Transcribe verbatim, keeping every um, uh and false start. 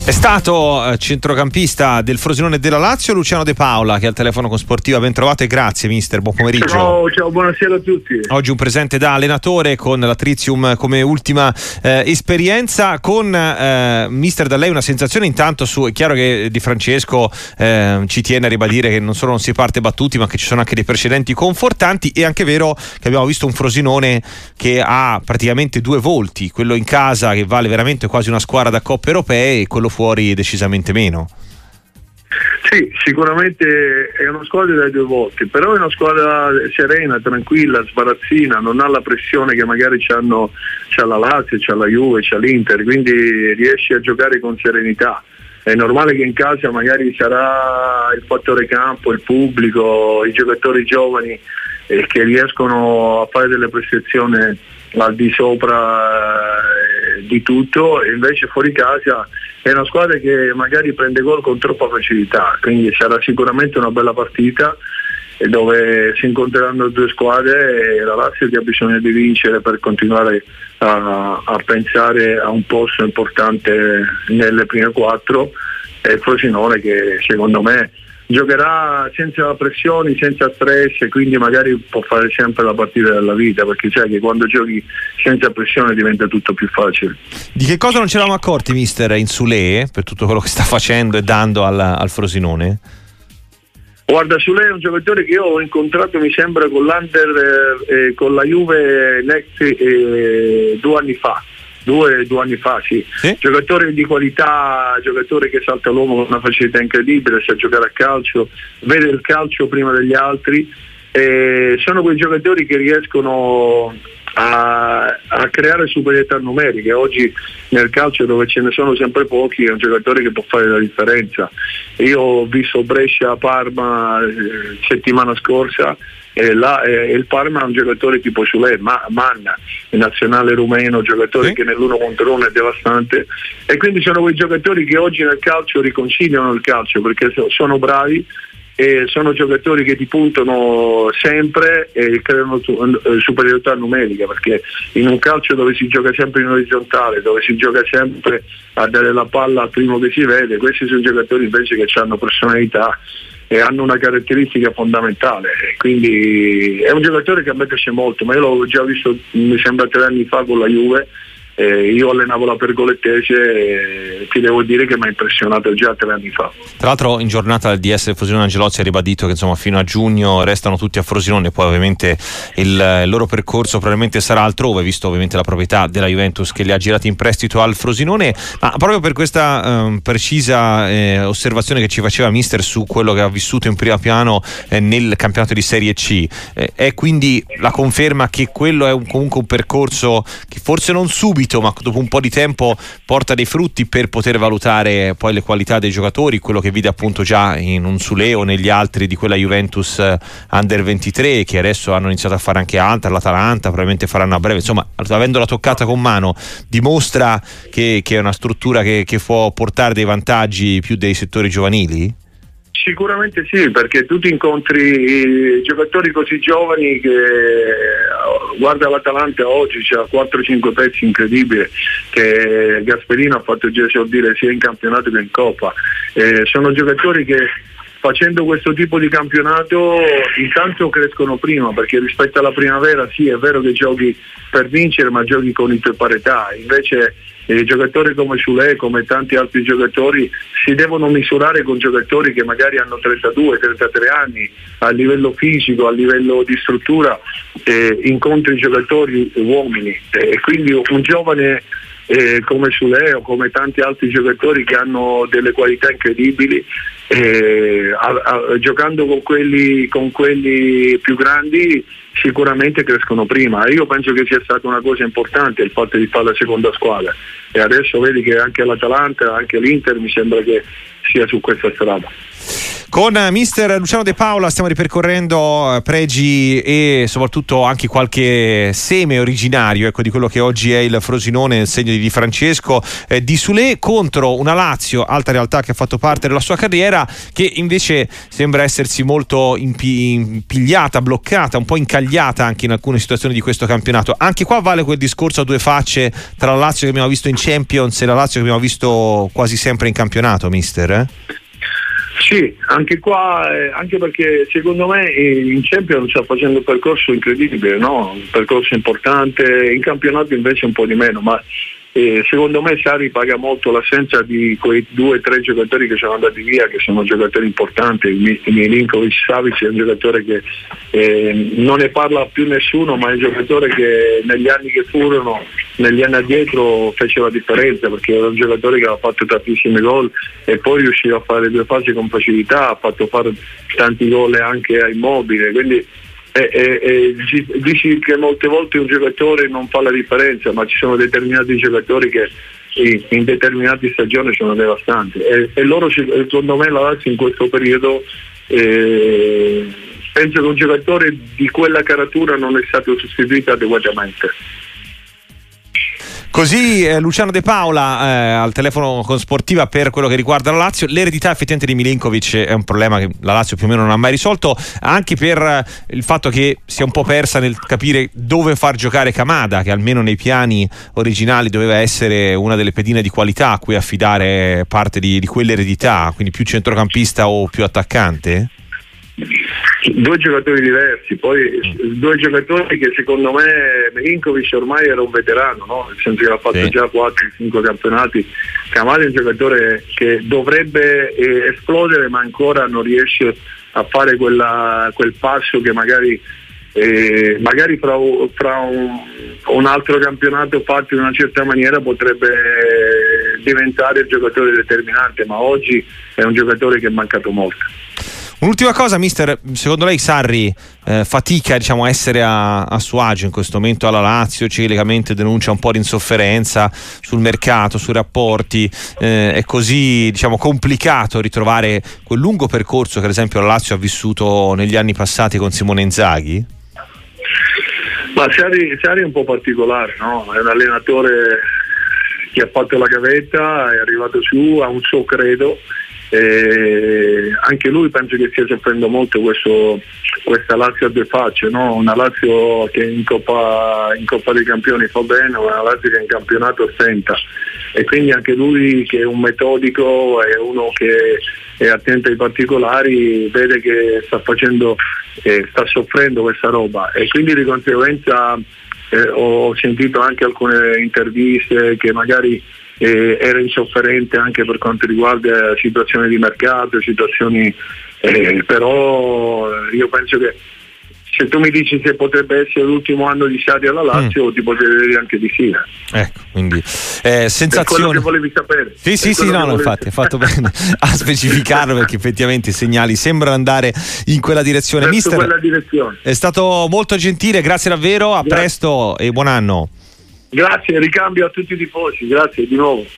È stato centrocampista del Frosinone e della Lazio Luciano De Paola, che è al telefono con Sportiva. Ben trovato e grazie mister, buon pomeriggio. Ciao, ciao, buonasera a tutti. Oggi un presente da allenatore con la Tritium come ultima eh, esperienza. Con eh, mister, da lei una sensazione intanto su, è chiaro che Di Francesco eh, ci tiene a ribadire che non solo non si parte battuti, ma che ci sono anche dei precedenti confortanti. È anche vero che abbiamo visto un Frosinone che ha praticamente due volti, quello in casa che vale veramente quasi una squadra da coppe europee e quello fuori decisamente meno. Sì, sicuramente è una squadra dai due volti, però è una squadra serena, tranquilla, sbarazzina, non ha la pressione che magari c'hanno, c'ha la Lazio, c'ha la Juve, c'ha l'Inter, quindi riesce a giocare con serenità. È normale che in casa magari sarà il fattore campo, il pubblico, i giocatori giovani eh, che riescono a fare delle prestazioni al di sopra eh, di tutto, e invece fuori casa è una squadra che magari prende gol con troppa facilità, quindi sarà sicuramente una bella partita dove si incontreranno due squadre, e la Lazio che ha bisogno di vincere per continuare a, a pensare a un posto importante nelle prime quattro, e il Frosinone che secondo me giocherà senza pressioni, senza stress, e quindi magari può fare sempre la partita della vita, perché sai che quando giochi senza pressione diventa tutto più facile. Di che cosa non ci eravamo accorti mister in Sule per tutto quello che sta facendo e dando al, al Frosinone? Guarda, Sule è un giocatore che io ho incontrato, mi sembra, con l'Under e eh, con la Juve Next eh, due anni fa. Due, due anni fa, sì. sì. Giocatore di qualità, giocatore che salta l'uomo con una facilità incredibile, sa giocare a calcio, vede il calcio prima degli altri. E sono quei giocatori che riescono a, a creare superiorità numeriche. Oggi nel calcio, dove ce ne sono sempre pochi, è un giocatore che può fare la differenza. Io ho visto Brescia-Parma eh, settimana scorsa, e là eh, il Parma è un giocatore tipo Sule, ma Manna, il nazionale rumeno, giocatore sì. che nell'uno contro uno è devastante, e quindi sono quei giocatori che oggi nel calcio riconciliano il calcio, perché sono bravi e sono giocatori che ti puntano sempre e creano superiorità numerica, perché in un calcio dove si gioca sempre in orizzontale, dove si gioca sempre a dare la palla al primo che si vede, questi sono giocatori invece che hanno personalità e hanno una caratteristica fondamentale, e quindi è un giocatore che a me piace molto, ma io l'ho già visto mi sembra tre anni fa con la Juve. Eh, io allenavo la Pergolettese e ti devo dire che mi ha impressionato già tre anni fa. Tra l'altro in giornata del D S Frosinone Angelozzi ha ribadito che insomma fino a giugno restano tutti a Frosinone, poi ovviamente il, il loro percorso probabilmente sarà altrove, visto ovviamente la proprietà della Juventus che li ha girati in prestito al Frosinone. Ma proprio per questa um, precisa eh, osservazione che ci faceva mister su quello che ha vissuto in primo piano eh, nel campionato di Serie C, eh, è quindi la conferma che quello è un, comunque un percorso che forse non subito, ma dopo un po' di tempo porta dei frutti per poter valutare poi le qualità dei giocatori, quello che vide appunto già in un Sule o negli altri di quella Juventus Under ventitré, che adesso hanno iniziato a fare anche Alta, l'Atalanta, probabilmente faranno a breve. Insomma, avendola toccata con mano, dimostra che, che è una struttura che, che può portare dei vantaggi più dei settori giovanili? Sicuramente sì, perché tu ti incontri giocatori così giovani che, guarda l'Atalanta oggi, c'ha quattro cinque pezzi incredibili che Gasperino ha fatto già esordire sia in campionato che in Coppa. Eh, sono giocatori che facendo questo tipo di campionato intanto crescono prima, perché rispetto alla primavera sì, è vero che giochi per vincere, ma giochi con i tuoi parità. Invece i giocatori come Sule, come tanti altri giocatori, si devono misurare con giocatori che magari hanno trentadue trentatré anni, a livello fisico, a livello di struttura, eh, incontri giocatori uomini, e eh, quindi un giovane eh, come Sule o come tanti altri giocatori che hanno delle qualità incredibili, eh, a, a, giocando con quelli, con quelli più grandi sicuramente crescono prima. Io penso che sia stata una cosa importante il fatto di fare la seconda squadra, e adesso vedi che anche l'Atalanta, anche l'Inter mi sembra che sia su questa strada. Con mister Luciano De Paola stiamo ripercorrendo pregi e soprattutto anche qualche seme originario, ecco, di quello che oggi è il Frosinone, il segno di Di Francesco, eh, di Sule contro una Lazio, alta realtà che ha fatto parte della sua carriera, che invece sembra essersi molto impi- impigliata, bloccata, un po' incagliata anche in alcune situazioni di questo campionato. Anche qua vale quel discorso a due facce tra la Lazio che abbiamo visto in Champions e la Lazio che abbiamo visto quasi sempre in campionato, mister? Eh? Sì, anche qua, eh, anche perché secondo me in Champions sta facendo un percorso incredibile, no? Un percorso importante, in campionato invece un po' di meno, ma eh, secondo me Sarri paga molto l'assenza di quei due o tre giocatori che sono andati via, che sono giocatori importanti. Milinkovic Savic è un giocatore che eh, non ne parla più nessuno, ma è un giocatore che negli anni che furono, negli anni addietro fece la differenza, perché era un giocatore che aveva fatto tantissimi gol e poi riusciva a fare due fasi con facilità, ha fatto fare tanti gol anche a Immobile, quindi E, e, e dici che molte volte un giocatore non fa la differenza, ma ci sono determinati giocatori che in determinate stagioni sono devastanti e, e loro, secondo me, la Lazio in questo periodo eh, penso che un giocatore di quella caratura non è stato sostituito adeguatamente. Così eh, Luciano De Paola eh, al telefono con Sportiva per quello che riguarda la Lazio. L'eredità effettivamente di Milinkovic è un problema che la Lazio più o meno non ha mai risolto, anche per eh, il fatto che si è un po' persa nel capire dove far giocare Kamada, che almeno nei piani originali doveva essere una delle pedine di qualità a cui affidare parte di, di quell'eredità, quindi più centrocampista o più attaccante. Due giocatori diversi, poi mm. due giocatori che secondo me Milinkovic ormai era un veterano, no? Nel senso che ha fatto sì. già quattro cinque campionati. Kamada è un giocatore che dovrebbe eh, esplodere, ma ancora non riesce a fare quella, quel passo che magari eh, magari fra, fra un, un altro campionato fatto in una certa maniera potrebbe diventare il giocatore determinante, ma oggi è un giocatore che è mancato molto. Un'ultima cosa, mister, secondo lei Sarri eh, fatica, diciamo, a essere a, a suo agio in questo momento alla Lazio, ciclicamente denuncia un po' di insofferenza sul mercato, sui rapporti, eh, è così, diciamo, complicato ritrovare quel lungo percorso che ad esempio la Lazio ha vissuto negli anni passati con Simone Inzaghi? Ma Sarri, Sarri è un po' particolare, no? È un allenatore che ha fatto la gavetta, è arrivato su, ha un suo credo. Eh, anche lui penso che stia soffrendo molto questo, questa Lazio a due facce, no? Una Lazio che in Coppa, in Coppa dei Campioni fa bene, una Lazio che in campionato stenta, e quindi anche lui, che è un metodico, è uno che è attento ai particolari, vede che sta facendo eh, sta soffrendo questa roba, e quindi di conseguenza eh, ho sentito anche alcune interviste che magari Eh, era insofferente anche per quanto riguarda situazioni di mercato, situazioni eh, però io penso che se tu mi dici se potrebbe essere l'ultimo anno di Sarri alla Lazio, mm. ti potrei dire anche di sì. Ecco, quindi eh, sensazioni. È quello che volevi sapere. Sì, sì, sì, no, no, infatti hai fatto bene a specificarlo, perché effettivamente i segnali sembrano andare in quella direzione. Verso Mister, quella direzione. È stato molto gentile, grazie davvero, a grazie. Presto e buon anno. Grazie, ricambio a tutti i tifosi, grazie di nuovo.